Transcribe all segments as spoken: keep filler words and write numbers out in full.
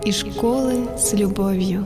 из школы с любовью.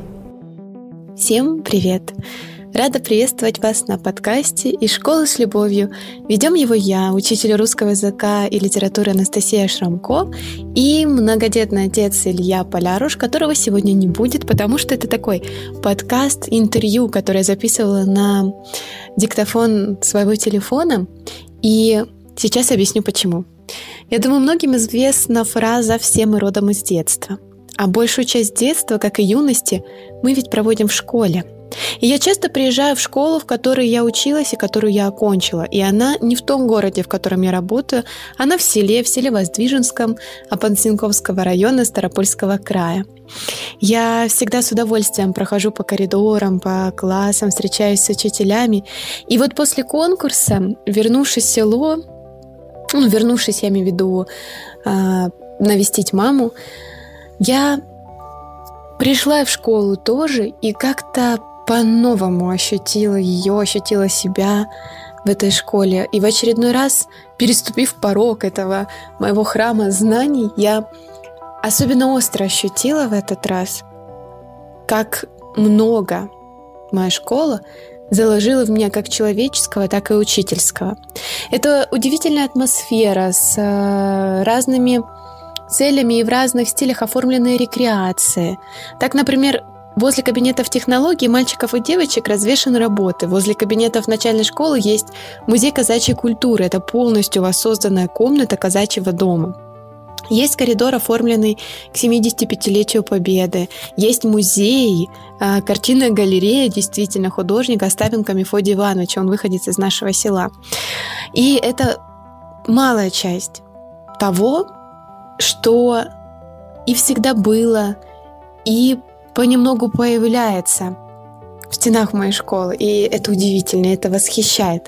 Всем привет! Рада приветствовать вас на подкасте «Из школы с любовью». Ведем его я, учитель русского языка и литературы Анастасия Шрамко, и многодетный отец Илья Поляруш, которого сегодня не будет, потому что это такой подкаст-интервью, которое я записывала на диктофон своего телефона, и сейчас объясню почему. Я думаю, многим известна фраза «все мы родом из детства». А большую часть детства, как и юности, мы ведь проводим в школе. И я часто приезжаю в школу, в которой я училась и которую я окончила. И она не в том городе, в котором я работаю, она в селе, в селе Воздвиженском, Опанцинковского района Ставропольского края. Я всегда с удовольствием прохожу по коридорам, по классам, встречаюсь с учителями. И вот после конкурса, вернувшись в село, ну, вернувшись, я имею в виду, навестить маму, я пришла в школу тоже и как-то по-новому ощутила ее, ощутила себя в этой школе. И в очередной раз, переступив порог этого моего храма знаний, я особенно остро ощутила в этот раз, как много моя школа заложила в меня как человеческого, так и учительского. Это удивительная атмосфера с разными целями и в разных стилях оформленные рекреации. Так, например, возле кабинетов технологий мальчиков и девочек развешаны работы. Возле кабинетов начальной школы есть музей казачьей культуры. Это полностью воссозданная комната казачьего дома. Есть коридор, оформленный к семидесятипятилетию Победы. Есть музей, картинная галерея, действительно, художника Остапенко Мефодия Ивановича. Он выходец из нашего села. И это малая часть того, что и всегда было, и понемногу появляется в стенах моей школы. И это удивительно, это восхищает.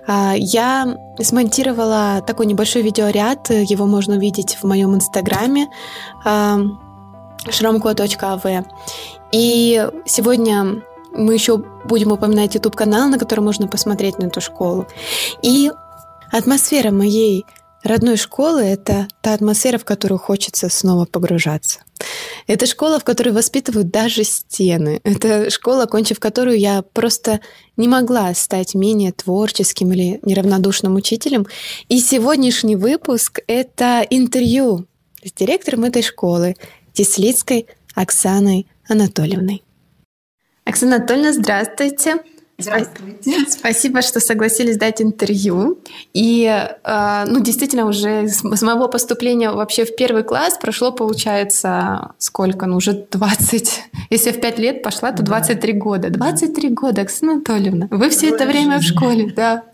Я смонтировала такой небольшой видеоряд, его можно увидеть в моем инстаграме шрамко точка ав. И сегодня мы еще будем упоминать YouTube-канал, на котором можно посмотреть на эту школу. И атмосфера моей родной школы — это та атмосфера, в которую хочется снова погружаться. Это школа, в которой воспитывают даже стены. Это школа, окончив которую я просто не могла стать менее творческим или неравнодушным учителем. И сегодняшний выпуск — это интервью с директором этой школы, Теслицкой Оксаной Анатольевной. Оксана Анатольевна, здравствуйте. Здравствуйте. Спасибо, что согласились дать интервью. И, ну, действительно, уже с моего поступления вообще в первый класс прошло, получается, сколько? Ну, уже двадцать. Если я в пять лет пошла, то двадцать три года. двадцать три года, Оксана Анатольевна. Вы все это время в школе, да.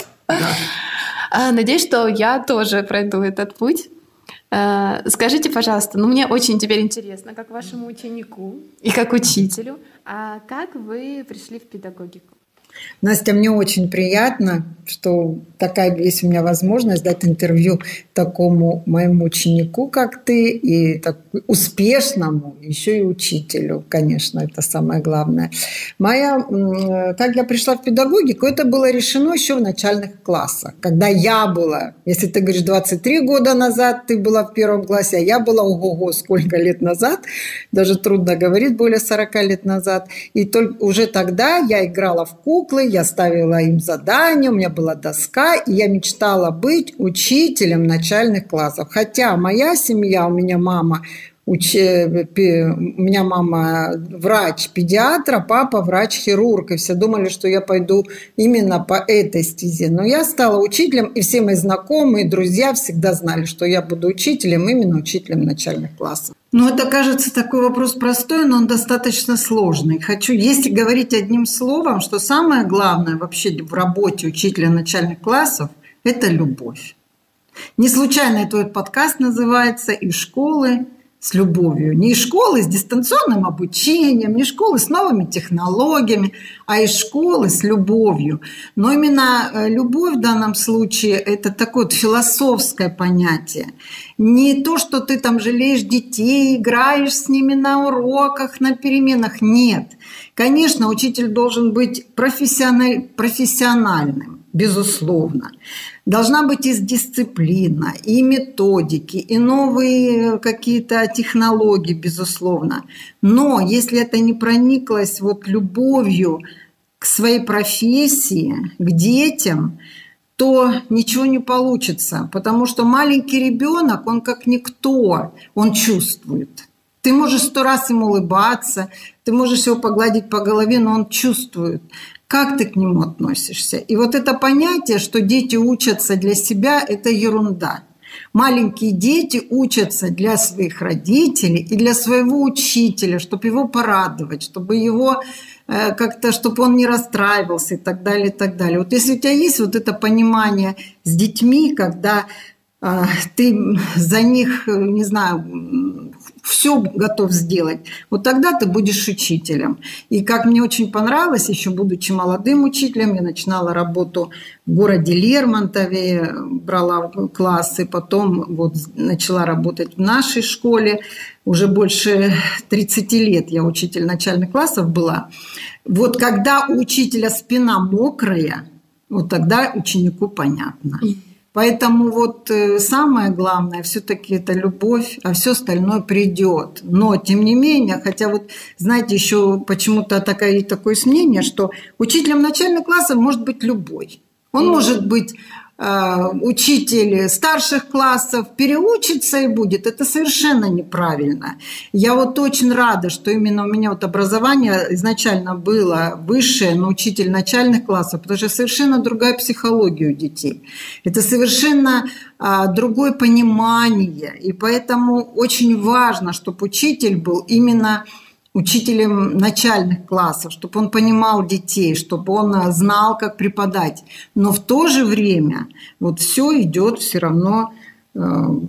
да. Надеюсь, что я тоже пройду этот путь. Скажите, пожалуйста, ну мне очень теперь интересно, как вашему ученику и как учителю, а как вы пришли в педагогику? Настя, мне очень приятно, что такая есть у меня возможность дать интервью такому моему ученику, как ты, и так успешному, еще и учителю, конечно, это самое главное. Моя, как я пришла в педагогику, это было решено еще в начальных классах, когда я была, если ты говоришь двадцать три года назад, ты была в первом классе, а я была, ого-го, сколько лет назад, даже трудно говорить, более сорок лет назад, и только уже тогда я играла в куклы, я ставила им задания, у меня была доска, и я мечтала быть учителем начальных классов. Хотя моя семья, у меня мама, уч... у меня мама врач-педиатр, а папа врач-хирург, и все думали, что я пойду именно по этой стезе. Но я стала учителем, и все мои знакомые, друзья всегда знали, что я буду учителем, именно учителем начальных классов. Ну, это, кажется, такой вопрос простой, но он достаточно сложный. Хочу, если говорить одним словом, что самое главное вообще в работе учителя начальных классов – это любовь. Не случайно этот подкаст называется «Из школы с любовью». Не из школы с дистанционным обучением, не из школы с новыми технологиями, а из школы с любовью. Но именно любовь в данном случае – это такое вот философское понятие. Не то, что ты там жалеешь детей, играешь с ними на уроках, на переменах. Нет. Конечно, учитель должен быть профессиональ... профессиональным, безусловно. Должна быть и дисциплина, и методики, и новые какие-то технологии, безусловно. Но если это не прониклось вот любовью к своей профессии, к детям, то ничего не получится, потому что маленький ребенок, он как никто, он чувствует. Ты можешь сто раз ему улыбаться, ты можешь его погладить по голове, но он чувствует, как ты к нему относишься. И вот это понятие, что дети учатся для себя, это ерунда. Маленькие дети учатся для своих родителей и для своего учителя, чтобы его порадовать, чтобы его э, как-то, чтобы он не расстраивался и так далее, и так далее. Вот если у тебя есть вот это понимание с детьми, когда э, ты за них, не знаю, все готов сделать, вот тогда ты будешь учителем. И как мне очень понравилось, еще будучи молодым учителем, я начинала работу в городе Лермонтове, брала классы, потом вот начала работать в нашей школе. Уже больше тридцати лет я учитель начальных классов была. Вот когда у учителя спина мокрая, вот тогда ученику понятно. Поэтому вот самое главное все-таки это любовь, а все остальное придет. Но тем не менее, хотя вот знаете, еще почему-то такое, такое мнение, что учителем начальных классов может быть любой. Он mm-hmm. может быть э, учитель старших классов, переучится и будет. Это совершенно неправильно. Я вот очень рада, что именно у меня вот образование изначально было высшее, но учитель начальных классов, потому что совершенно другая психология у детей. Это совершенно э, другое понимание. И поэтому очень важно, чтобы учитель был именно учителем начальных классов, чтобы он понимал детей, чтобы он знал, как преподать. Но в то же время вот все идет все равно э,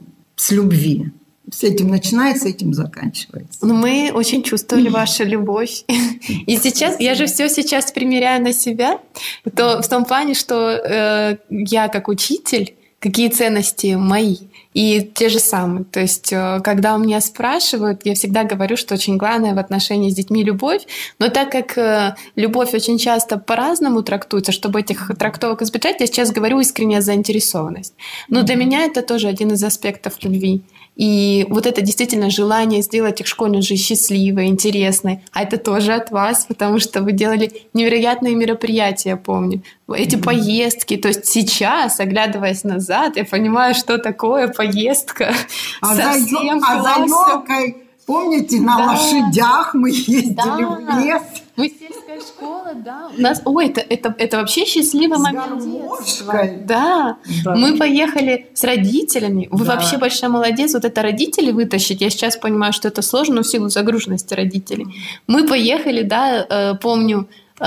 с любви. С этим начинается, с этим заканчивается. Но мы очень чувствовали вашу любовь. И сейчас, я же все сейчас примеряю на себя, то в том плане, что э, я как учитель, какие ценности мои, и те же самые. То есть, когда у меня спрашивают, я всегда говорю, что очень главное в отношении с детьми — любовь. Но так как любовь очень часто по-разному трактуется, чтобы этих трактовок избежать, я сейчас говорю искренняя заинтересованность. Но для меня это тоже один из аспектов любви. И вот это действительно желание сделать их школьную жизнь счастливой, интересной. А это тоже от вас, потому что вы делали невероятные мероприятия, я помню. Эти mm-hmm. поездки. То есть сейчас, оглядываясь назад, я понимаю, что такое поездка а со за, всем а классом. за ёлкой, помните, на да. лошадях мы ездили да. в лес. Мы сельская школа, да. У нас, ой, это, это, это вообще счастливый с момент детства. Да. да. Мы поехали с родителями. Вы да. вообще большая молодец. Вот это родители вытащить. Я сейчас понимаю, что это сложно, но в силу загруженности родителей. Мы поехали, да, помню,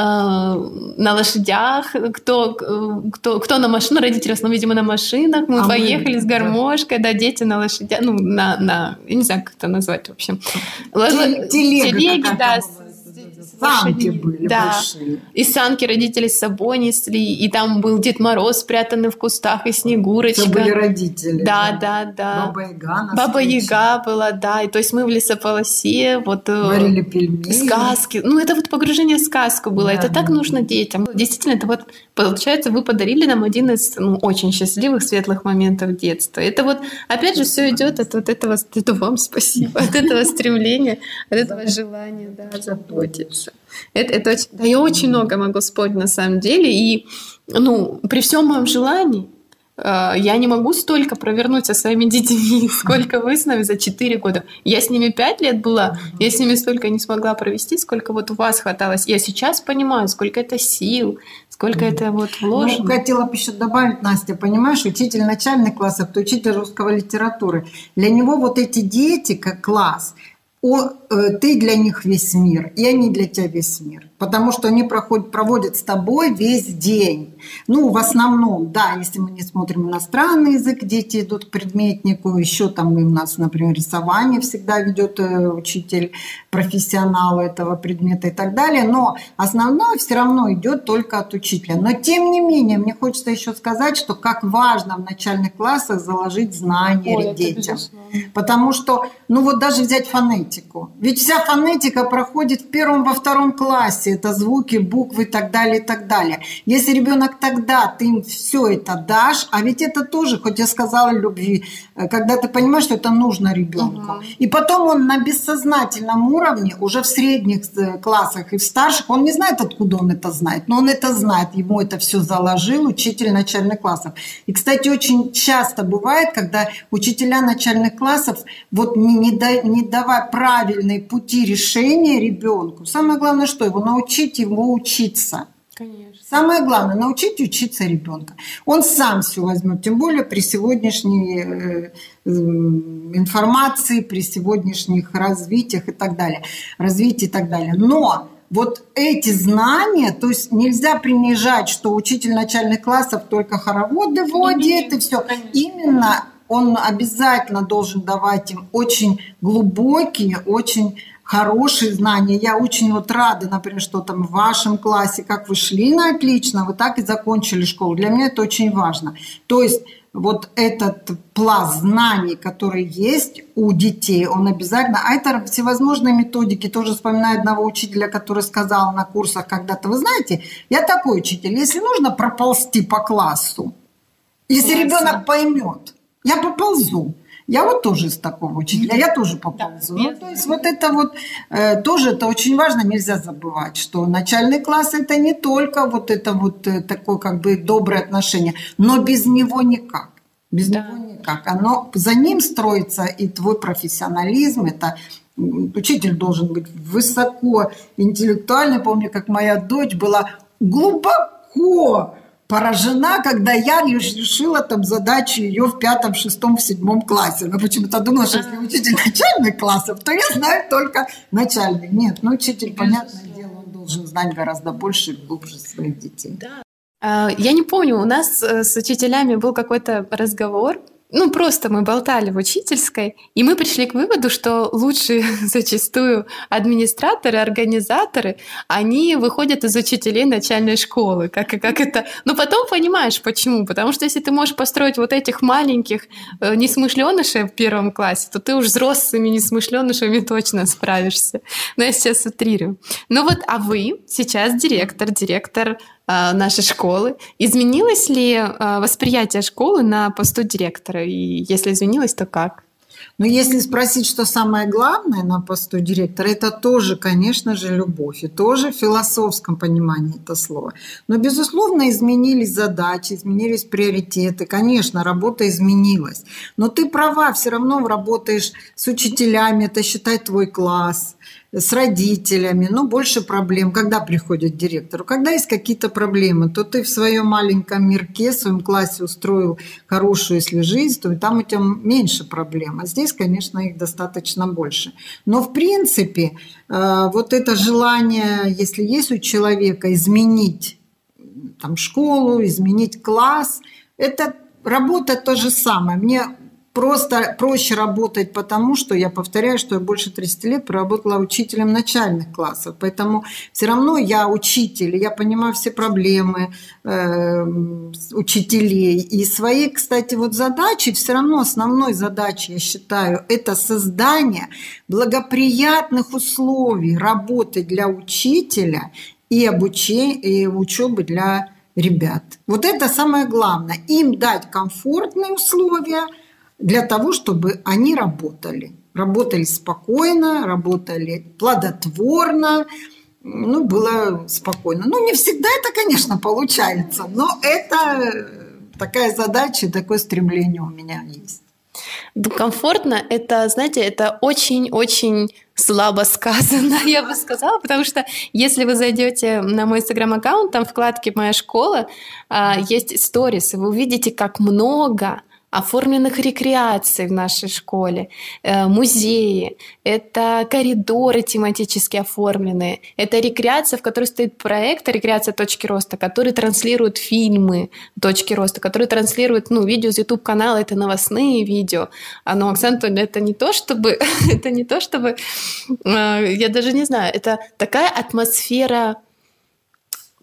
на лошадях, кто, кто, кто на машину, родители в основном, видимо, на машинах. Мы а поехали мы, с гармошкой, да. да, дети на лошадях, ну, на, на, я не знаю, как это назвать, в общем. Телега, Телеги, да, санки были да. большие. И санки родители с собой несли, и там был Дед Мороз, спрятанный в кустах, и Снегурочка. Это были родители. Да, да, да. Баба Яга. Баба Яга была, да. И то есть мы в лесополосе, вот варили пельмени. Сказки. Ну, это вот погружение в сказку было. Да, это так да. нужно детям. Действительно, это вот, получается, вы подарили нам один из ну, очень счастливых, светлых моментов детства. Это вот, опять же, все идет от вот этого, это вам спасибо, от этого стремления, от этого желания, да, заботиться. Это, это очень, да, я очень много могу вспомнить на самом деле, и ну, при всем моем желании э, я не могу столько провернуть со своими детьми, сколько вы с нами за четыре года. Я с ними пять лет была, я с ними столько не смогла провести, сколько вот у вас хваталось. Я сейчас понимаю, сколько это сил, сколько это вот вложено. Ну, хотела бы еще добавить, Настя, понимаешь, учитель начальных классов, то учитель русского литературы. Для него вот эти дети, как класс, О, э, ты для них весь мир, и они для тебя весь мир. Потому что они проходят, проводят с тобой весь день. Ну, в основном, да, если мы не смотрим иностранный язык, дети идут к предметнику, еще там у нас, например, рисование всегда ведет учитель, профессионал этого предмета и так далее. Но основное все равно идет только от учителя. Но тем не менее, мне хочется еще сказать, что как важно в начальных классах заложить знания Ой, детям. Потому что, ну вот даже взять фонетику. фонетику. Ведь вся фонетика проходит в первом, во втором классе. Это звуки, буквы и так далее, и так далее. Если ребенок тогда, ты им все это дашь, а ведь это тоже, хоть я сказала любви, когда ты понимаешь, что это нужно ребенку. Угу. И потом он на бессознательном уровне, уже в средних классах и в старших, он не знает, откуда он это знает, но он это знает, ему это все заложил учитель начальных классов. И, кстати, очень часто бывает, когда учителя начальных классов, вот не, не, да, не давая правильные пути решения ребенку, самое главное, что его научить его учиться. Конечно. Самое главное – научить учиться ребенка. Он сам все возьмет, тем более при сегодняшней э, э, информации, при сегодняшних развитиях и так далее, развитии и так далее. Но вот эти знания, то есть нельзя принижать, что учитель начальных классов только хороводы водит и все. Именно он обязательно должен давать им очень глубокие, очень хорошие знания. Я очень вот рада, например, что там в вашем классе, как вы шли на отлично, вы так и закончили школу. Для меня это очень важно. То есть вот этот пласт знаний, который есть у детей, он обязательно... А это всевозможные методики. Тоже вспоминаю одного учителя, который сказал на курсах когда-то, вы знаете, я такой учитель, если нужно проползти по классу, если ребенок поймет, я поползу. Я вот тоже из такого учителя, я тоже поползу. Да, ну, то есть вот это вот э, тоже это очень важно, нельзя забывать, что начальный класс это не только вот это вот э, такое как бы доброе отношение, но без него никак. Без да. него никак. Оно, за ним строится и твой профессионализм, это учитель должен быть высоко интеллектуальный. Помню, как моя дочь была глубоко поражена, когда я решила там задачу ее в пятом, шестом, в седьмом классе. Она почему-то думала, что если учитель начальных классов, то я знаю только начальный. Нет, ну учитель, понятное дело, он должен знать гораздо больше и глубже своих детей. Да. Я не помню, у нас с учителями был какой-то разговор. Ну, просто мы болтали в учительской, и мы пришли к выводу, что лучшие зачастую администраторы, организаторы, они выходят из учителей начальной школы. Как, как это... Но потом понимаешь, почему. Потому что если ты можешь построить вот этих маленьких несмышленышей в первом классе, то ты уж взрослыми несмышленышами точно справишься. Но я сейчас утрирую. Ну вот, а вы сейчас директор, директор нашей школы. Изменилось ли восприятие школы на посту директора? И если изменилось, то как? Ну, если спросить, что самое главное на посту директора, это тоже, конечно же, любовь. И тоже в философском понимании это слово. Но, безусловно, изменились задачи, изменились приоритеты. Конечно, работа изменилась. Но ты права, все равно работаешь с учителями, это, считай, твой класс, с родителями, но больше проблем. Когда приходит директор? Когда есть какие-то проблемы, то ты в своем маленьком мирке, в своем классе устроил хорошую, если жизнь, то там у тебя меньше проблем. А здесь, конечно, их достаточно больше. Но, в принципе, вот это желание, если есть у человека, изменить там, школу, изменить класс, это работа то же самое. Мне просто проще работать, потому что, я повторяю, что я больше тридцати лет проработала учителем начальных классов. Поэтому все равно я учитель, я понимаю все проблемы э, учителей. И свои, кстати, вот задачи, все равно основной задачей, я считаю, это создание благоприятных условий работы для учителя и обучения, и учебы для ребят. Вот это самое главное. Им дать комфортные условия, для того, чтобы они работали. Работали спокойно, работали плодотворно, ну, было спокойно. Ну, не всегда это, конечно, получается, но это такая задача, такое стремление у меня есть. Комфортно – это, знаете, это очень-очень слабо сказано, я бы сказала, потому что если вы зайдете на мой инстаграм-аккаунт, там в вкладке «Моя школа» есть сторисы, вы увидите, как много оформленных рекреаций в нашей школе, музеи, это коридоры тематически оформленные, это рекреация, в которой стоит проект «Рекреация. Точки роста», который транслирует фильмы «Точки роста», который транслирует ну, видео с YouTube-канала, это новостные видео. Но, Оксана, это не то, чтобы... это не то, чтобы... Я даже не знаю, это такая атмосфера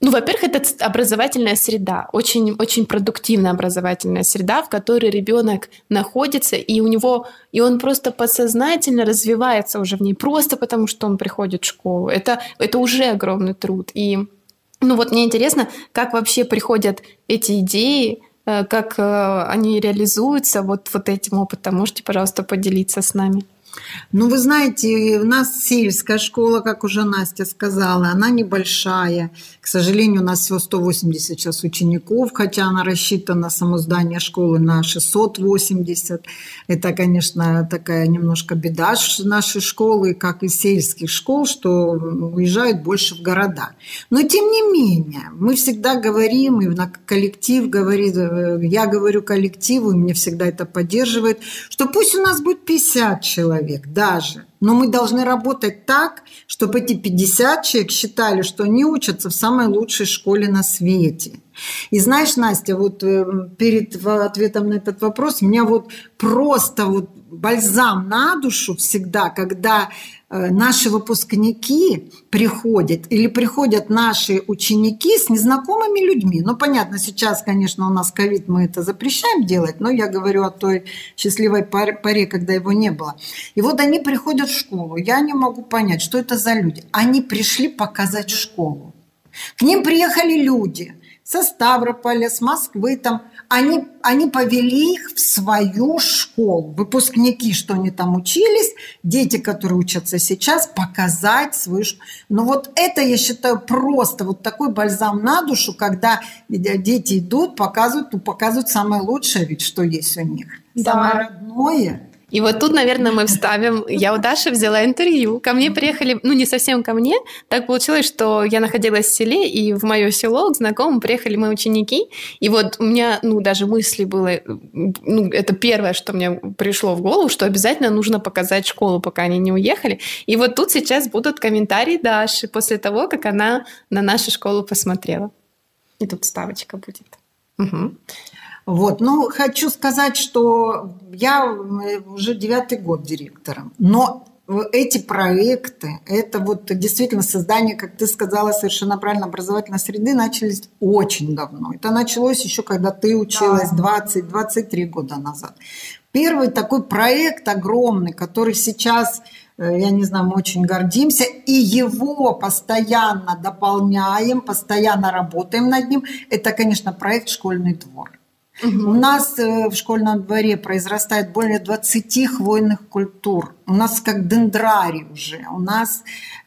Ну, во-первых, это образовательная среда, очень, очень продуктивная образовательная среда, в которой ребенок находится, и у него, и он просто подсознательно развивается уже в ней, просто потому что он приходит в школу. Это, это уже огромный труд. И, ну, вот мне интересно, как вообще приходят эти идеи, как они реализуются вот, вот этим опытом. Можете, пожалуйста, поделиться с нами? Ну, вы знаете, у нас сельская школа, как уже Настя сказала, она небольшая. К сожалению, у нас всего сто восемьдесят сейчас учеников, хотя она рассчитана, само здание школы, на шестьсот восемьдесят. Это, конечно, такая немножко беда нашей школы, как и сельских школ, что уезжают больше в города. Но, тем не менее, мы всегда говорим, и коллектив говорит, я говорю коллективу, и мне всегда это поддерживает, что пусть у нас будет пятьдесят человек, даже. Но мы должны работать так, чтобы эти пятьдесят человек считали, что они учатся в самой лучшей школе на свете. И знаешь, Настя, вот перед ответом на этот вопрос у меня вот просто вот бальзам на душу всегда, когда наши выпускники приходят или приходят наши ученики с незнакомыми людьми. Ну, понятно, сейчас, конечно, у нас ковид, мы это запрещаем делать, но я говорю о той счастливой паре, когда его не было. И вот они приходят в школу. Я не могу понять, что это за люди. Они пришли показать школу. К ним приехали люди со Ставрополя, с Москвы, там, они, они повели их в свою школу. Выпускники, что они там учились, дети, которые учатся сейчас, показать свою школу. Но вот это, я считаю, просто вот такой бальзам на душу, когда дети идут, показывают, ну, показывают самое лучшее, ведь что есть у них. Да. Самое родное. И вот тут, наверное, мы вставим... Я у Даши взяла интервью. Ко мне приехали... Ну, не совсем ко мне. Так получилось, что я находилась в селе, и в мое село к знакомым приехали мои ученики. И вот у меня, ну, даже мысли было... Ну, это первое, что мне пришло в голову, что обязательно нужно показать школу, пока они не уехали. И вот тут сейчас будут комментарии Даши после того, как она на нашу школу посмотрела. И тут вставочка будет. Угу. Вот, ну, хочу сказать, что я уже девятый год директором, но эти проекты, это вот действительно создание, как ты сказала, совершенно правильно, образовательной среды начались очень давно. Это началось еще, когда ты училась двадцать-двадцать три года назад. Первый такой проект огромный, который сейчас, я не знаю, мы очень гордимся, и его постоянно дополняем, постоянно работаем над ним, это, конечно, проект «Школьный двор». Угу. У нас в школьном дворе произрастает более двадцати хвойных культур. У нас как дендрарий уже. У нас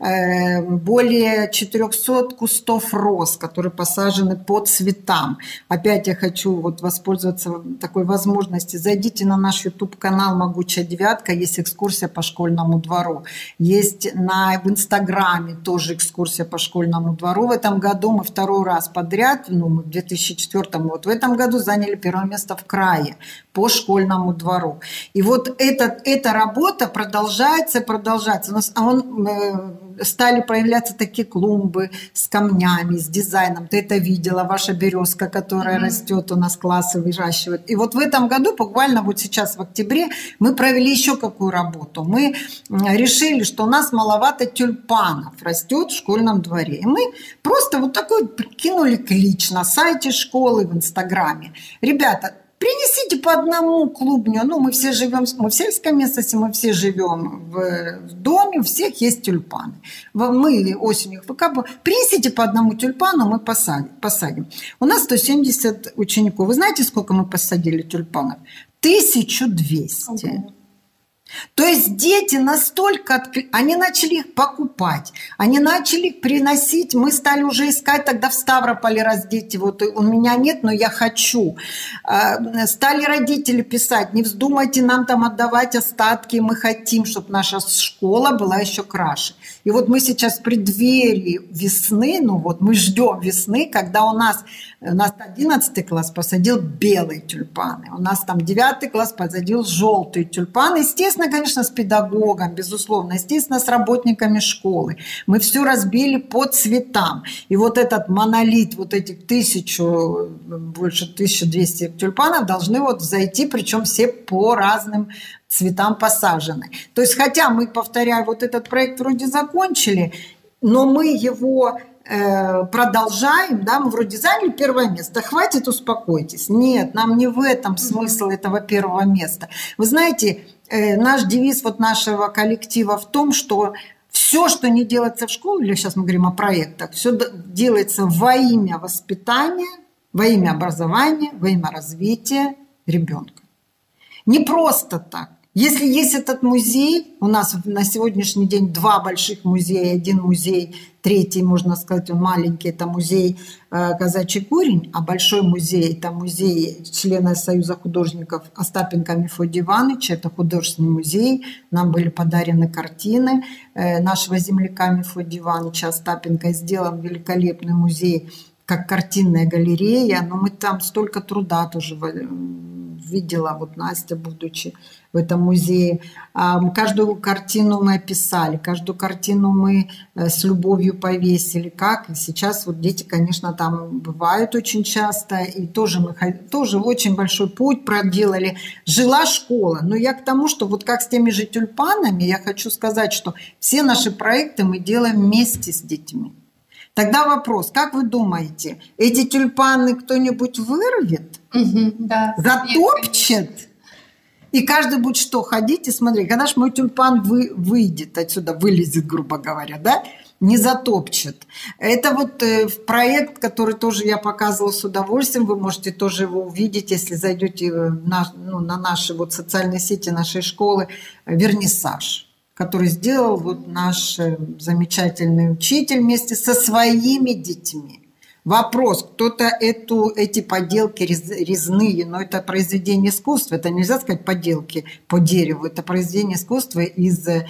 э, более четырехсот кустов роз, которые посажены по цветам. Опять я хочу вот воспользоваться такой возможностью. Зайдите на наш YouTube-канал «Могучая девятка». Есть экскурсия по школьному двору. Есть на, в Инстаграме тоже экскурсия по школьному двору. В этом году мы второй раз подряд, ну, мы в две тысячи четвёртом, вот в этом году заняли первое место в крае по школьному двору. И вот эта, эта работа продолжается и продолжается. У нас, а он, э, стали появляться такие клумбы с камнями, с дизайном. Ты это видела, ваша березка, которая mm-hmm. растет, у нас классы выращивают. И вот в этом году, буквально вот сейчас в октябре, мы провели еще какую работу. Мы решили, что у нас маловато тюльпанов растет в школьном дворе. И мы просто вот такой кинули клич на сайте школы, в Инстаграме. Ребята, принесите по одному клубню. Ну, мы все живем, мы в сельской местности, мы все живем в, в доме, у всех есть тюльпаны. Мы осенью их выкапываем. Принесите по одному тюльпану, мы посадим. посадим. У нас сто семьдесят учеников. Вы знаете, сколько мы посадили тюльпанов? тысяча двести. Okay. То есть дети настолько, они начали их покупать, они начали их приносить, мы стали уже искать тогда в Ставрополе, раз дети, вот у меня нет, но я хочу. Стали родители писать, не вздумайте нам там отдавать остатки, мы хотим, чтобы наша школа была еще краше. И вот мы сейчас в преддверии весны, ну вот мы ждем весны, когда у нас, у нас одиннадцатый класс посадил белые тюльпаны, у нас там девятый класс посадил желтые тюльпаны, естественно, конечно, с педагогом, безусловно, естественно, с работниками школы. Мы все разбили по цветам. И вот этот монолит, вот этих тысячу, больше тысячи двухсот тюльпанов должны вот зайти, причем все по разным цветам посажены. То есть, хотя мы, повторяю, вот этот проект вроде закончили, но мы его э, продолжаем, да, мы вроде заняли первое место, хватит, успокойтесь. Нет, нам не в этом смысл этого первого места. Вы знаете, э, наш девиз вот нашего коллектива в том, что все, что не делается в школе, или сейчас мы говорим о проектах, все делается во имя воспитания, во имя образования, во имя развития ребенка. Не просто так. Если есть этот музей, у нас на сегодняшний день два больших музея, один музей, третий, можно сказать, он маленький, это музей «Казачий корень», а большой музей, это музей члена Союза художников Остапенко Мефодия Ивановича, это художественный музей, нам были подарены картины нашего земляка Мефодия Ивановича Остапенко, сделан великолепный музей, как картинная галерея, но мы там столько труда тоже видела, вот Настя, будучи в этом музее. Каждую картину мы описали, каждую картину мы с любовью повесили. Как? И сейчас вот дети, конечно, там бывают очень часто, и тоже мы тоже очень большой путь проделали. Жила школа, но я к тому, что вот как с теми же тюльпанами, я хочу сказать, что все наши проекты мы делаем вместе с детьми. Тогда вопрос, как вы думаете, эти тюльпаны кто-нибудь вырвет, угу, да, затопчет? И каждый будет что, ходить и смотреть. Когда же мой тюльпан вы, выйдет отсюда, вылезет, грубо говоря, да? Не затопчет. Это вот э, проект, который тоже я показывала с удовольствием. Вы можете тоже его увидеть, если зайдете на, ну, на наши вот социальные сети нашей школы. Вернисаж, который сделал вот наш замечательный учитель вместе со своими детьми. Вопрос, кто-то эту, эти поделки рез, резные, но это произведение искусства, это нельзя сказать поделки по дереву, это произведение искусства из э,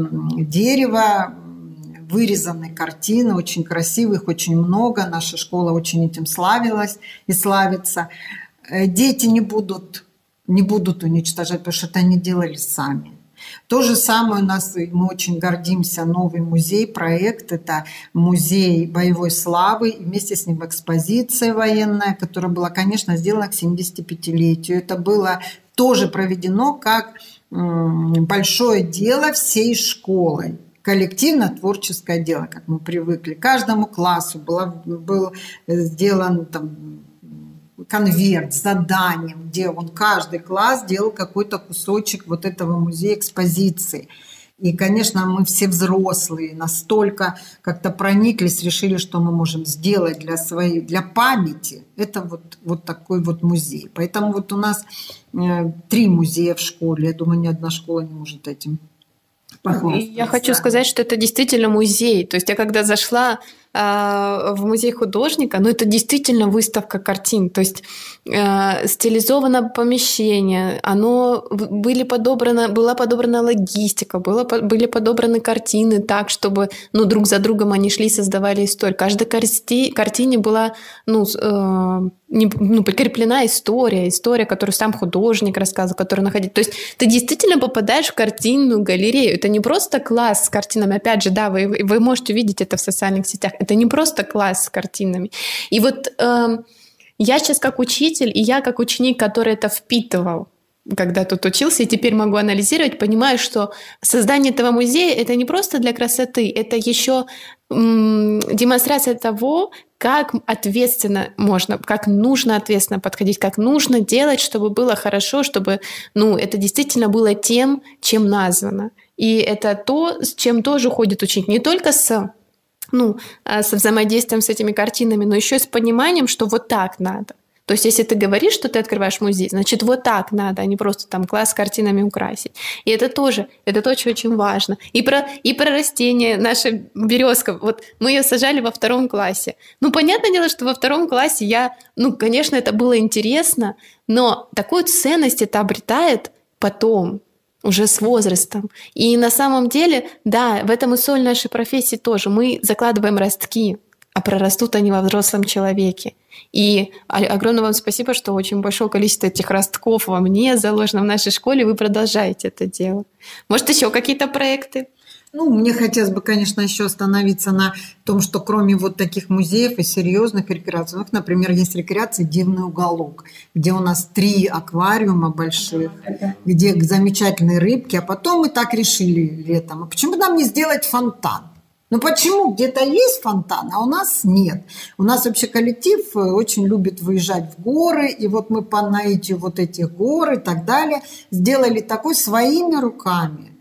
дерева, вырезанной картины, очень красивых, очень много, наша школа очень этим славилась и славится. Дети не будут, не будут уничтожать, потому что это они делали сами. То же самое у нас, мы очень гордимся, новый музей, проект, это музей боевой славы, и вместе с ним экспозиция военная, которая была, конечно, сделана к семидесятипятилетию. Это было тоже проведено как большое дело всей школы. Коллективно-творческое дело, как мы привыкли. Каждому классу было, был сделан там, конверт с заданием, где он каждый класс делал какой-то кусочек вот этого музея экспозиции. И, конечно, мы все взрослые настолько как-то прониклись, решили, что мы можем сделать для своей, для памяти. Это вот, вот такой вот музей. Поэтому вот у нас э, три музея в школе. Я думаю, ни одна школа не может этим похвастаться. Я хочу сказать, что это действительно музей. То есть я когда зашла в музей художника, но это действительно выставка картин, то есть э, стилизовано помещение, оно были подобрано, была подобрана логистика, было, были подобраны картины так, чтобы ну, друг за другом они шли и создавали историю. Каждой карти, картине была ну, э, не, ну, прикреплена история, история, которую сам художник рассказывал, которую находить. То есть ты действительно попадаешь в картинную галерею. Это не просто класс с картинами. Опять же, да, вы, вы можете увидеть это в социальных сетях. Это не просто класс с картинами. И вот э, я сейчас как учитель, и я как ученик, который это впитывал, когда тут учился, и теперь могу анализировать, понимаю, что создание этого музея — это не просто для красоты, это еще м, демонстрация того, как ответственно можно, как нужно ответственно подходить, как нужно делать, чтобы было хорошо, чтобы ну, это действительно было тем, чем названо. И это то, с чем тоже ходит ученик, не только с ну, со взаимодействием с этими картинами, но еще и с пониманием, что вот так надо. То есть, если ты говоришь, что ты открываешь музей, значит, вот так надо, а не просто там класс с картинами украсить. И это тоже, это тоже очень важно. И про, и про растения, наша березка, вот мы ее сажали во втором классе. Ну, понятное дело, что во втором классе я, ну, конечно, это было интересно, но такую ценность это обретает потом, уже с возрастом. И на самом деле, да, в этом и соль нашей профессии тоже. Мы закладываем ростки, а прорастут они во взрослом человеке. И огромное вам спасибо, что очень большое количество этих ростков во мне заложено в нашей школе. Вы продолжаете это дело. Может, еще какие-то проекты? Ну, мне хотелось бы, конечно, еще остановиться на том, что кроме вот таких музеев и серьезных рекреационных, например, есть рекреация «Дивный уголок», где у нас три аквариума больших, где замечательные рыбки, а потом мы так решили летом, а почему нам не сделать фонтан? Ну почему? Где-то есть фонтан, а у нас нет. У нас вообще коллектив очень любит выезжать в горы, и вот мы по наитию вот этих гор и так далее сделали такой своими руками.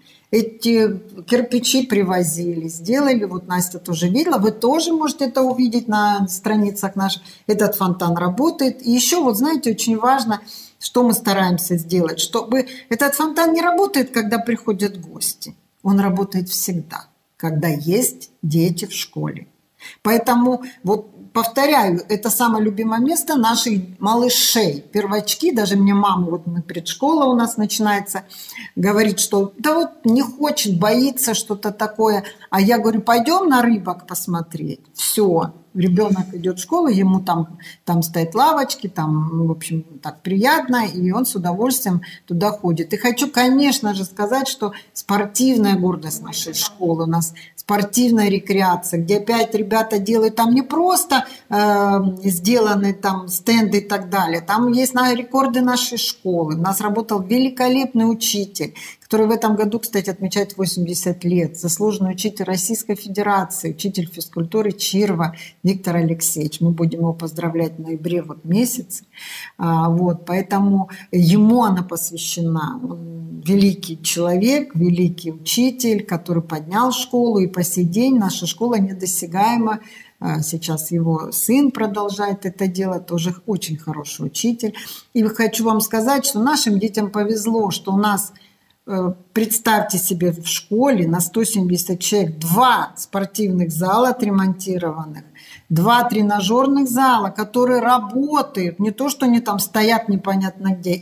Эти кирпичи привозили, сделали, вот Настя тоже видела, вы тоже можете это увидеть на страницах наших. Этот фонтан работает. И еще вот знаете, очень важно, что мы стараемся сделать, чтобы этот фонтан не работает, когда приходят гости. Он работает всегда, когда есть дети в школе. Поэтому, вот повторяю, это самое любимое место наших малышей, первочки. Даже мне мама, вот мы предшкола у нас начинается, говорит, что да вот не хочет, боится что-то такое. А я говорю, пойдем на рыбок посмотреть. Все. Ребенок идет в школу, ему там, там стоят лавочки, там, в общем, так приятно, и он с удовольствием туда ходит. И хочу, конечно же, сказать, что спортивная гордость нашей школы, у нас спортивная рекреация, где опять ребята делают там не просто э, сделаны там стенды и так далее, там есть на рекорды нашей школы. У нас работал великолепный учитель, который в этом году, кстати, отмечает восемьдесят лет, заслуженный учитель Российской Федерации, учитель физкультуры Чирва Виктор Алексеевич. Мы будем его поздравлять в ноябре вот месяце. А, вот, поэтому ему она посвящена. Он великий человек, великий учитель, который поднял школу, и по сей день наша школа недосягаема. Сейчас его сын продолжает это делать, тоже очень хороший учитель. И хочу вам сказать, что нашим детям повезло, что у нас, представьте себе, в школе на сто семьдесят человек два спортивных зала отремонтированных, два тренажерных зала, которые работают, не то, что они там стоят непонятно где,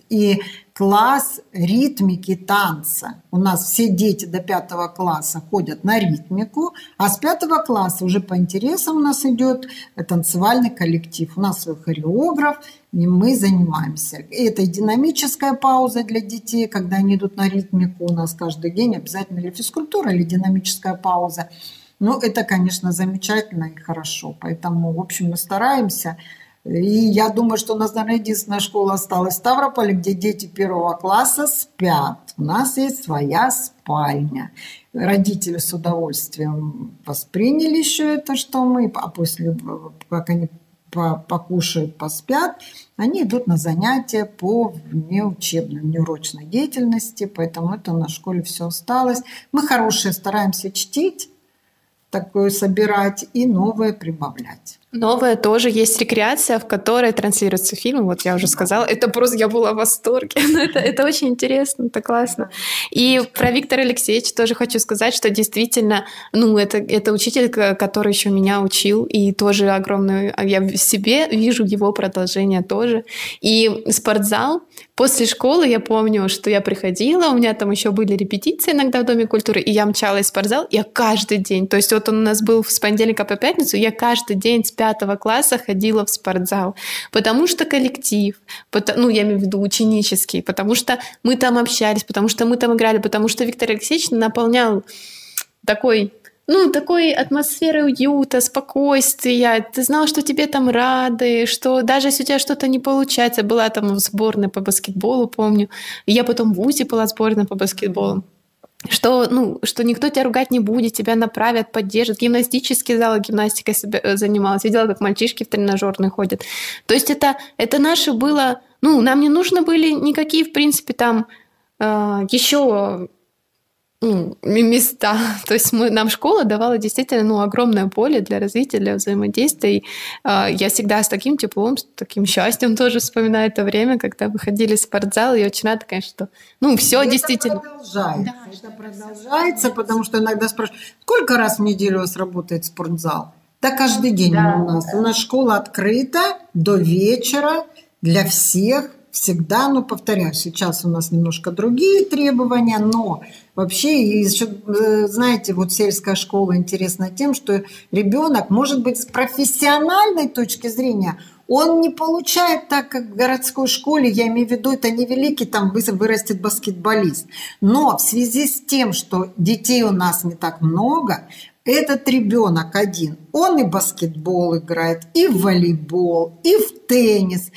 и класс ритмики танца. У нас все дети до пятого класса ходят на ритмику, а с пятого класса уже по интересам у нас идет танцевальный коллектив. У нас свой хореограф, и мы занимаемся. И это динамическая пауза для детей, когда они идут на ритмику. У нас каждый день обязательно или физкультура, или динамическая пауза. Ну, это, конечно, замечательно и хорошо. Поэтому, в общем, мы стараемся. И я думаю, что у нас, наверное, единственная школа осталась в Ставрополе, где дети первого класса спят. У нас есть своя спальня. Родители с удовольствием восприняли еще это, что мы, а после, как они покушают, поспят, они идут на занятия по внеучебной, внеурочной деятельности. Поэтому это на школе все осталось. Мы хорошие стараемся чтить, такое собирать и новое прибавлять. Новое тоже есть рекреация, в которой транслируются фильмы. Вот я уже сказала, это просто я была в восторге. это, это очень интересно, это классно. И про Виктора Алексеевича тоже хочу сказать, что действительно, ну, это, это учитель, который еще меня учил, и тоже огромную, я в себе вижу его продолжение тоже. И спортзал. После школы я помню, что я приходила, у меня там еще были репетиции иногда в Доме культуры, и я мчалась в спортзал, я каждый день, то есть вот он у нас был с понедельника по пятницу, я каждый день с пятого класса ходила в спортзал, потому что коллектив, потому, ну, я имею в виду ученический, потому что мы там общались, потому что мы там играли, потому что Виктор Алексеевич наполнял такой... Ну, такой атмосферой уюта, спокойствия. Ты знал, что тебе там рады, что даже если у тебя что-то не получается, была там в сборной по баскетболу, помню. И я потом в ВУЗе была сборной по баскетболу. Что, ну, что никто тебя ругать не будет, тебя направят, поддержат. Гимнастический зал, гимнастикой занималась. Видела, как мальчишки в тренажерные ходят. То есть это, это наше было... Ну, нам не нужны были никакие, в принципе, там э, еще... места. То есть мы, нам школа давала действительно ну, огромное поле для развития, для взаимодействия. И, э, я всегда с таким теплом, с таким счастьем тоже вспоминаю это время, когда выходили в спортзал. И очень рада, конечно, что ну, все и действительно... Это продолжается. Да, это продолжается, потому что иногда спрашивают, сколько раз в неделю у вас работает спортзал? Да каждый день да. у нас. У нас школа открыта до вечера для всех. Всегда, ну, повторяю, сейчас у нас немножко другие требования, но вообще, еще, знаете, вот сельская школа интересна тем, что ребенок, может быть, с профессиональной точки зрения, он не получает так, как в городской школе, я имею в виду, это не великий, там вырастет баскетболист. Но в связи с тем, что детей у нас не так много, этот ребенок один, он и баскетбол играет, и в волейбол, и в теннис,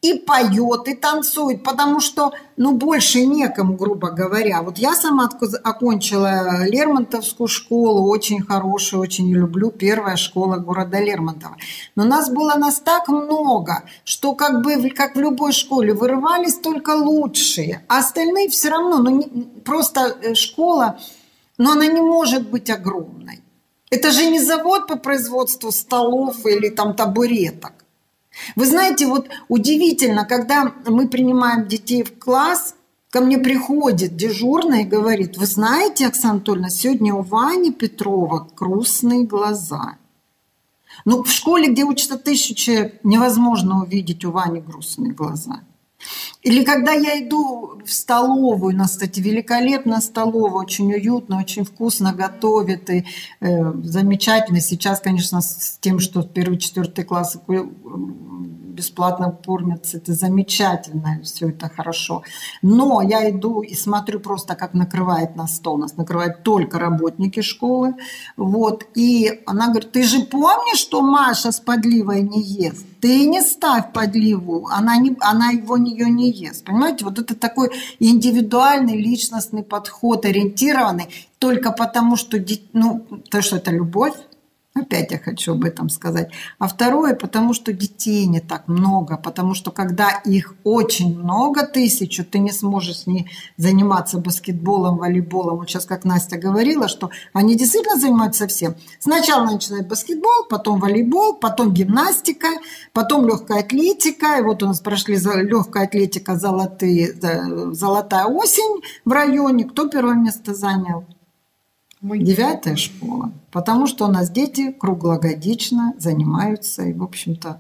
и поет, и танцует, потому что, ну, больше некому, грубо говоря. Вот я сама окончила Лермонтовскую школу, очень хорошую, очень люблю, первая школа города Лермонтова. Но нас было нас так много, что как бы, как в любой школе, вырывались только лучшие, а остальные все равно, ну, не, просто школа, но она не может быть огромной. Это же не завод по производству столов или там табуреток. Вы знаете, вот удивительно, когда мы принимаем детей в класс, ко мне приходит дежурный и говорит: вы знаете, Оксана Анатольевна, сегодня у Вани Петрова грустные глаза. Ну, в школе, где учатся тысячи человек, невозможно увидеть у Вани грустные глаза. Или когда я иду в столовую, у нас, кстати, великолепная столовая, очень уютно, очень вкусно готовят, и э, замечательно. Сейчас, конечно, с тем, что первый-четвертый класс бесплатно кормятся, это замечательно, все это хорошо. Но я иду и смотрю просто, как накрывает на стол. Нас накрывают только работники школы. Вот. И она говорит: ты же помнишь, что Маша с подливой не ест? Ты не ставь подливу, она, не, она его ее не ест. Понимаете, вот это такой индивидуальный личностный подход, ориентированный только потому, что, ну, то, что это любовь. Опять я хочу об этом сказать. А второе, потому что детей не так много, потому что когда их очень много, тысячу, ты не сможешь с ней заниматься баскетболом, волейболом. Вот сейчас, как Настя говорила, что они действительно занимаются всем. Сначала начинают баскетбол, потом волейбол, потом гимнастика, потом легкая атлетика. И вот у нас прошли легкая атлетика, золотые, золотая осень в районе. Кто первое место занял? Девятая школа, потому что у нас дети круглогодично занимаются, и, в общем-то,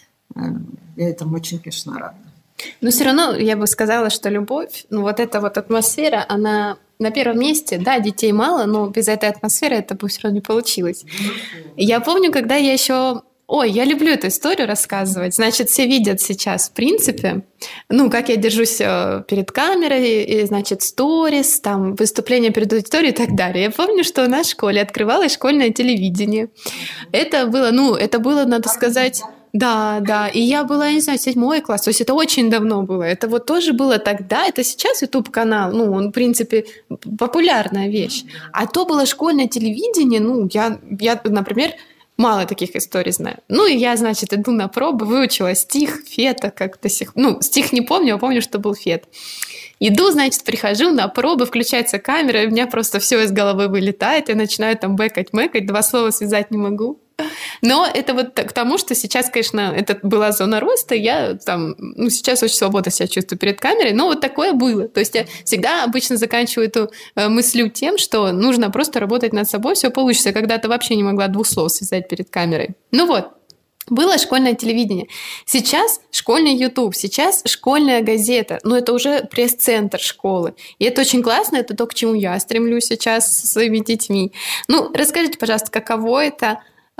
я этому очень, конечно, рада. Но все равно я бы сказала, что любовь, ну вот эта вот атмосфера, она на первом месте. Да, детей мало, но без этой атмосферы это бы все равно не получилось. Я помню, когда я еще... Ой, я люблю эту историю рассказывать. Значит, все видят сейчас, в принципе, ну, как я держусь перед камерой, и, значит, сторис, там, выступления перед аудиторией и так далее. Я помню, что у нас в школе открывалось школьное телевидение. Это было, ну, это было, надо сказать... Да, да, и я была, я не знаю, седьмой класс, то есть это очень давно было. Это вот тоже было тогда, это сейчас YouTube-канал, ну, он, в принципе, популярная вещь. А то было школьное телевидение, ну, я, я, например... Мало таких историй знаю. Ну, и я, значит, иду на пробы, выучила стих, фета, как до сих... Ну, стих не помню, а помню, что был фет. Иду, значит, прихожу на пробы, включается камера, и у меня просто все из головы вылетает, я начинаю там бэкать-мэкать, два слова связать не могу. Но это вот к тому, что сейчас, конечно, это была зона роста, я там, ну, сейчас очень свободно себя чувствую перед камерой, но вот такое было. То есть я всегда обычно заканчиваю эту мысль тем, что нужно просто работать над собой, все получится. Когда-то вообще не могла двух слов связать перед камерой. Ну вот. Было школьное телевидение. Сейчас школьный YouTube, сейчас школьная газета. Но это уже пресс-центр школы. И это очень классно, это то, к чему я стремлюсь сейчас со своими детьми. Ну, расскажите, пожалуйста, каково это?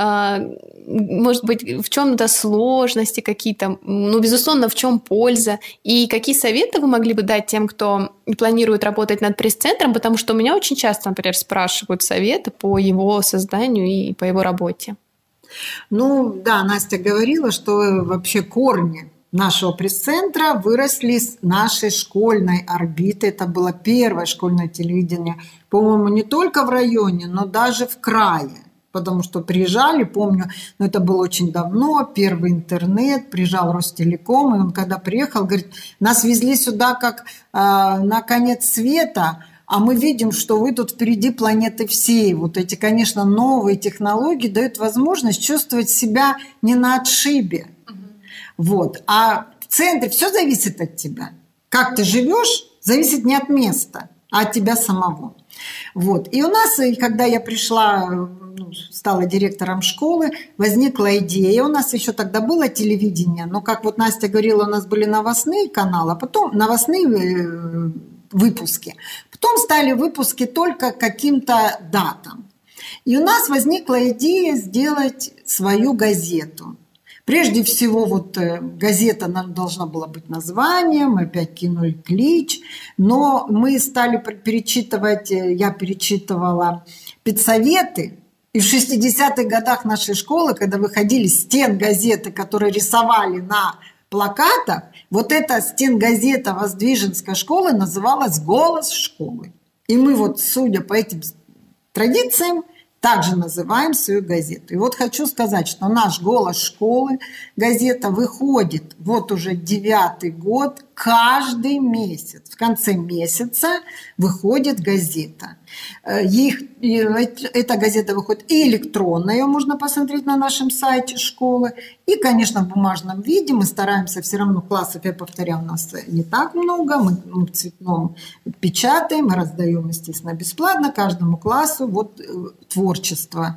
Может быть, в чем-то сложности какие-то, ну, безусловно, в чем польза, и какие советы вы могли бы дать тем, кто планирует работать над пресс-центром, потому что у меня очень часто, например, спрашивают советы по его созданию и по его работе. Ну, да, Настя говорила, что вообще корни нашего пресс-центра выросли с нашей школьной орбиты. Это было первое школьное телевидение, по-моему, не только в районе, но даже в крае. Потому что приезжали, помню, но это было очень давно, первый интернет, приезжал Ростелеком, и он когда приехал, говорит, нас везли сюда как э, на конец света, а мы видим, что вы тут впереди планеты всей. Вот эти, конечно, новые технологии дают возможность чувствовать себя не на отшибе. Угу. Вот. А в центре все зависит от тебя. Как ты живешь, зависит не от места, а от тебя самого. Вот. И у нас, когда я пришла, стала директором школы, возникла идея. У нас еще тогда было телевидение, но, как вот Настя говорила, у нас были новостные каналы, а потом новостные выпуски. Потом стали выпуски только каким-то датам. И у нас возникла идея сделать свою газету. Прежде всего, вот газета должна была быть названием, мы опять кинули клич, но мы стали перечитывать, я перечитывала педсоветы, и в шестидесятых годах нашей школы, когда выходили стен газеты, которые рисовали на плакатах вот эта стенгазета Воздвиженской школы называлась «Голос школы». И мы вот, судя по этим традициям, также называем свою газету. И вот хочу сказать, что наш «Голос школы» газета выходит вот уже девятый год, каждый месяц. В конце месяца выходит газета. Их, эта газета выходит и электронно, ее можно посмотреть на нашем сайте школы, и, конечно, в бумажном виде. Мы стараемся все равно, классов, я повторяю, у нас не так много, мы в цветном печатаем, раздаем, естественно, бесплатно каждому классу вот творчество.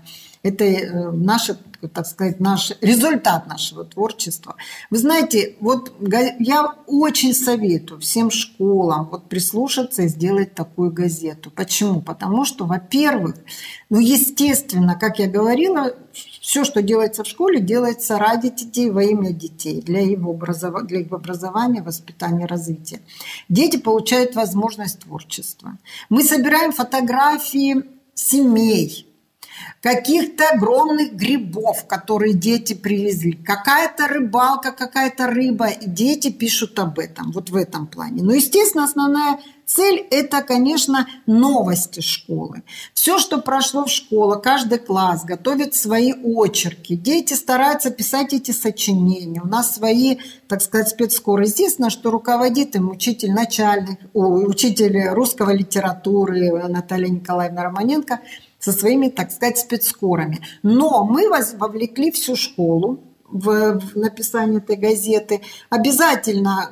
Это наше, так сказать, наш результат нашего творчества. Вы знаете, вот я очень советую всем школам вот прислушаться и сделать такую газету. Почему? Потому что, во-первых, ну, естественно, как я говорила, все, что делается в школе, делается ради детей, во имя детей, для его образования, для их образования, воспитания, развития. Дети получают возможность творчества. Мы собираем фотографии семей, каких-то огромных грибов, которые дети привезли, какая-то рыбалка, какая-то рыба, и дети пишут об этом, вот в этом плане. Но, естественно, основная цель – это, конечно, новости школы. Все, что прошло в школе, каждый класс готовит свои очерки, дети стараются писать эти сочинения, у нас свои, так сказать, спецскоры. Естественно, что руководит им учитель начальных, учитель русского литературы Наталья Николаевна Романенко – со своими, так сказать, спецскорами. Но мы вовлекли всю школу в, в написание этой газеты. Обязательно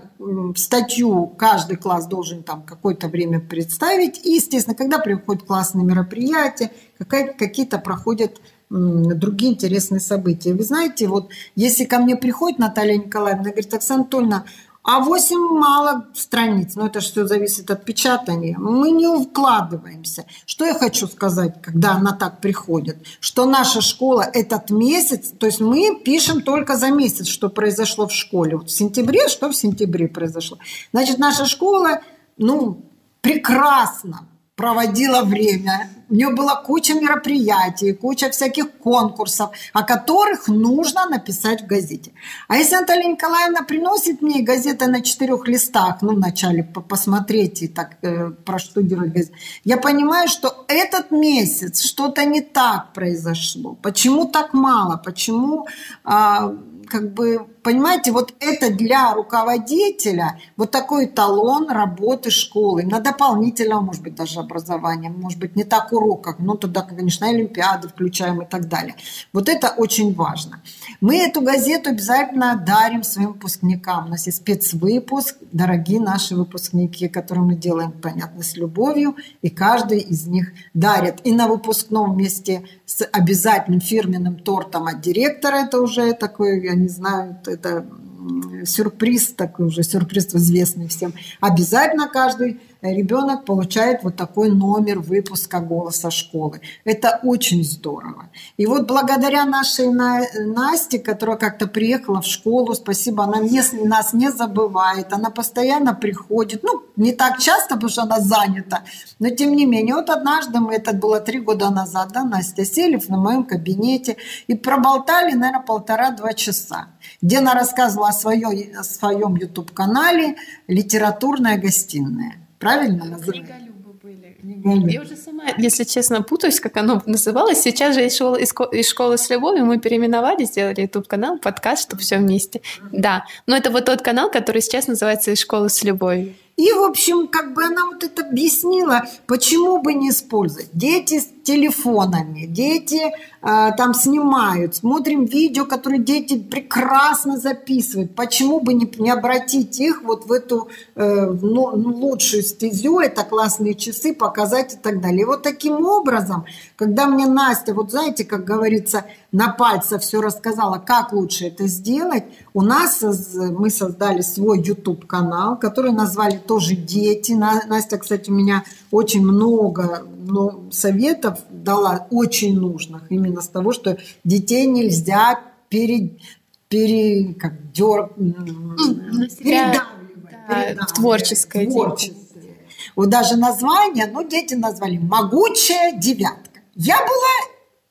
статью каждый класс должен там какое-то время представить. И, естественно, когда приходят классные мероприятия, какие-то проходят другие интересные события. Вы знаете, вот если ко мне приходит Наталья Николаевна, говорит: Оксана Анатольевна, а восемь мало страниц, но это все зависит от печатания. Мы не укладываемся. Что я хочу сказать, когда она так приходит? Что наша школа этот месяц, то есть мы пишем только за месяц, что произошло в школе. Вот в сентябре, что в сентябре произошло. Значит, наша школа, ну, прекрасно проводила время. У нее была куча мероприятий, куча всяких конкурсов, о которых нужно написать в газете. А если Наталья Николаевна приносит мне газету на четырех листах, ну, вначале посмотреть и так э, проштудировать газету, я понимаю, что этот месяц что-то не так произошло. Почему так мало? Почему... Э, как бы, понимаете, вот это для руководителя вот такой эталон работы школы, на дополнительного, может быть, даже образования, может быть, не так уроков, но туда, конечно, олимпиады включаем и так далее. Вот это очень важно. Мы эту газету обязательно дарим своим выпускникам. У нас есть спецвыпуск, дорогие наши выпускники, которые мы делаем, понятно, с любовью, и каждый из них дарит. И на выпускном вместе с обязательным фирменным тортом от директора, это уже такой, я не знаю, это сюрприз, такой уже сюрприз известный всем. Обязательно каждый ребенок получает вот такой номер выпуска «Голоса школы». Это очень здорово. И вот благодаря нашей Насте, которая как-то приехала в школу, спасибо, она не, нас не забывает, она постоянно приходит, ну, не так часто, потому что она занята, но тем не менее. Вот однажды, мы, это было три года назад, да, Настя, сели в моем кабинете и проболтали, наверное, полтора-два часа, где она рассказывала о своем, о своем YouTube-канале «Литературная гостиная». Правильно называется? Книголюбы были. Книголюбы. Я уже сама, если честно, путаюсь, как оно называлось. Сейчас же из школы, из школы с любовью мы переименовали, сделали YouTube-канал, подкаст, чтобы все вместе. Да, но это вот тот канал, который сейчас называется «Из школы с любовью». И, в общем, как бы она вот это объяснила, почему бы не использовать. Дети с телефонами, дети э, там снимают, смотрим видео, которые дети прекрасно записывают. Почему бы не, не обратить их вот в эту э, ну, лучшую стезю, это классные часы, показать и так далее. И вот таким образом, когда мне Настя, вот знаете, как говорится, на пальцах все рассказала, как лучше это сделать, у нас мы создали свой YouTube-канал, который назвали тоже «Дети». Настя, кстати, у меня очень много ну, советов дала, очень нужных, именно с того, что детей нельзя пере, пере, как, дер, передавливать, да, передавливать в творческое. творчестве. Вот даже название, ну, дети назвали «Могучая девятка». Я была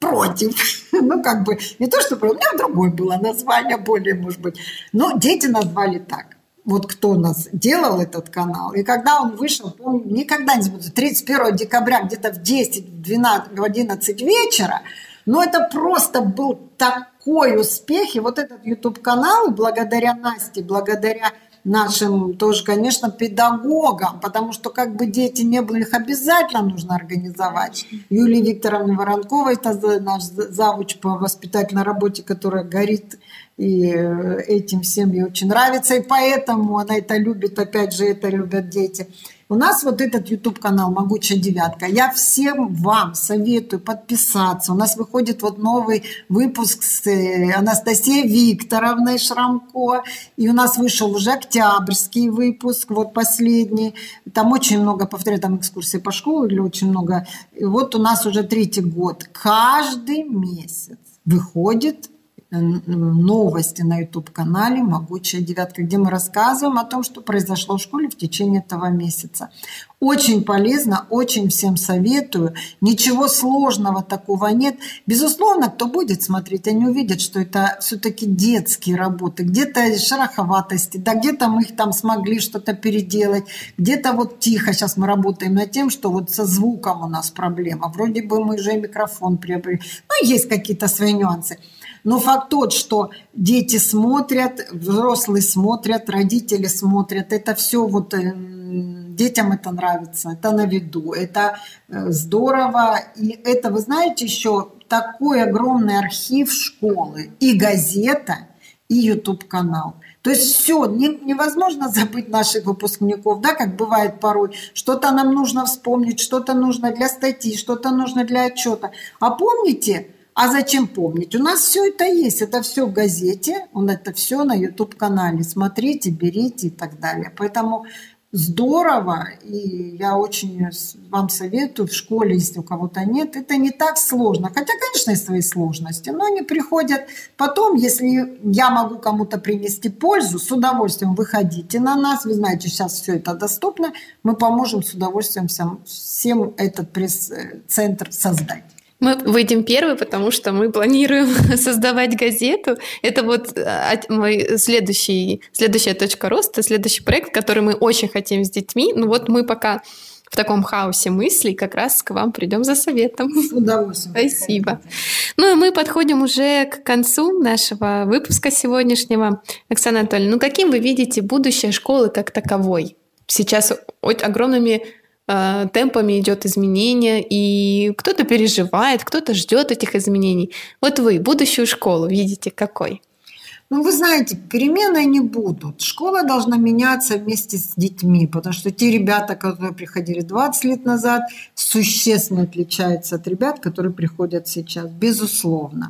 против. Ну, как бы, не то, что у меня другое было название, более, может быть. Но дети назвали так. Вот кто у нас делал этот канал. И когда он вышел, помню, никогда не забуду, тридцать первого декабря, где-то в десять, двенадцать, в одиннадцать вечера, но это просто был такой успех. И вот этот YouTube-канал, благодаря Насте, благодаря нашим тоже, конечно, педагогам, потому что как бы дети не были, их обязательно нужно организовать. Юлии Викторовне Воронковой, это наш завуч по воспитательной работе, которая горит, и этим всем ей очень нравится, и поэтому она это любит, опять же, это любят дети. У нас вот этот YouTube-канал «Могучая девятка». Я всем вам советую подписаться. У нас выходит вот новый выпуск с Анастасией Викторовной Шрамко. И у нас вышел уже октябрьский выпуск, вот последний. Там очень много, повторяю, там экскурсии по школе или очень много. И вот у нас уже третий год. Каждый месяц выходит новости на YouTube-канале «Могучая девятка», где мы рассказываем о том, что произошло в школе в течение этого месяца. Очень полезно, очень всем советую. Ничего сложного такого нет. Безусловно, кто будет смотреть, они увидят, что это все-таки детские работы. Где-то шероховатости, да где-то мы их там смогли что-то переделать, где-то вот тихо. Сейчас мы работаем над тем, что вот со звуком у нас проблема. Вроде бы мы уже микрофон приобрели. Ну, есть какие-то свои нюансы. Но факт тот, что дети смотрят, взрослые смотрят, родители смотрят. Это все вот детям это нравится, это на виду, это здорово. И это, вы знаете, еще такой огромный архив школы, и газета, и YouTube-канал. То есть все, невозможно забыть наших выпускников, да, как бывает порой. Что-то нам нужно вспомнить, что-то нужно для статьи, что-то нужно для отчета. А помните... А зачем помнить? У нас все это есть, это все в газете, он это все на YouTube-канале. Смотрите, берите и так далее. Поэтому здорово, и я очень вам советую в школе, если у кого-то нет, это не так сложно. Хотя, конечно, есть свои сложности, но они приходят потом, если я могу кому-то принести пользу, с удовольствием выходите на нас. Вы знаете, сейчас все это доступно, мы поможем с удовольствием всем, всем этот пресс-центр создать. Мы выйдем первый, потому что мы планируем создавать газету. Это вот мой следующий, следующая точка роста, следующий проект, который мы очень хотим с детьми. Ну вот мы пока в таком хаосе мыслей как раз к вам придем за советом. С удовольствием. Спасибо. Ну и мы подходим уже к концу нашего выпуска сегодняшнего. Оксана Анатольевна, ну каким вы видите будущее школы как таковой? Сейчас огромными темпами идет изменение, и кто-то переживает, кто-то ждет этих изменений. Вот вы будущую школу видите какой? Ну, вы знаете, перемены не будут. Школа должна меняться вместе с детьми, потому что те ребята, которые приходили двадцать лет назад, существенно отличаются от ребят, которые приходят сейчас, безусловно.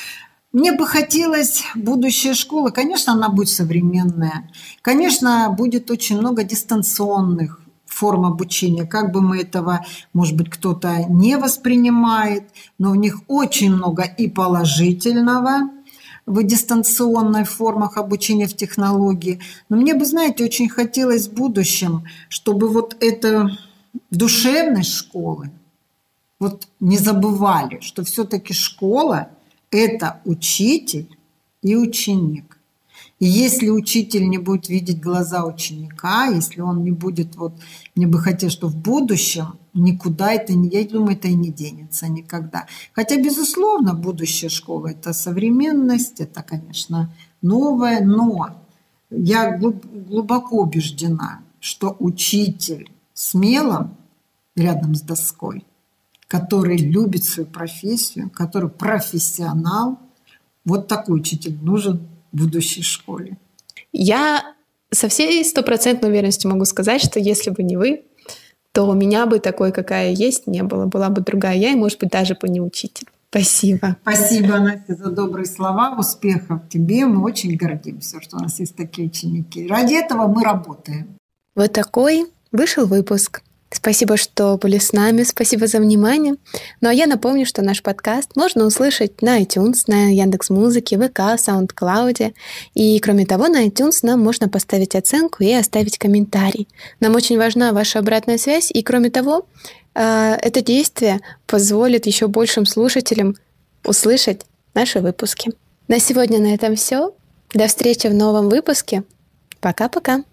Мне бы хотелось будущая школа, конечно, она будет современная, конечно, будет очень много дистанционных форм обучения, как бы мы этого, может быть, кто-то не воспринимает, но в них очень много и положительного в дистанционных формах обучения в технологии. Но мне бы, знаете, очень хотелось в будущем, чтобы вот это душевность школы вот не забывали, что все-таки школа – это учитель и ученик. И если учитель не будет видеть глаза ученика, если он не будет, вот, мне бы хотелось, что в будущем никуда это не, я думаю, это и не денется никогда. Хотя, безусловно, будущее школы – это современность, это, конечно, новое, но я глубоко убеждена, что учитель смелым рядом с доской, который любит свою профессию, который профессионал, вот такой учитель нужен в будущей школе. Я со всей стопроцентной уверенностью могу сказать, что если бы не вы, то у меня бы такой, какая есть, не было. Была бы другая я, и, может быть, даже бы не учитель. Спасибо. Спасибо, Настя, за добрые слова. Успехов тебе. Мы очень гордимся, что у нас есть такие ученики. Ради этого мы работаем. Вот такой вышел выпуск. Спасибо, что были с нами, спасибо за внимание. Ну а я напомню, что наш подкаст можно услышать на iTunes, на Яндекс.Музыке, ВК, SoundCloud. И кроме того, на iTunes нам можно поставить оценку и оставить комментарий. Нам очень важна ваша обратная связь. И кроме того, это действие позволит еще большим слушателям услышать наши выпуски. На сегодня на этом все. До встречи в новом выпуске. Пока-пока.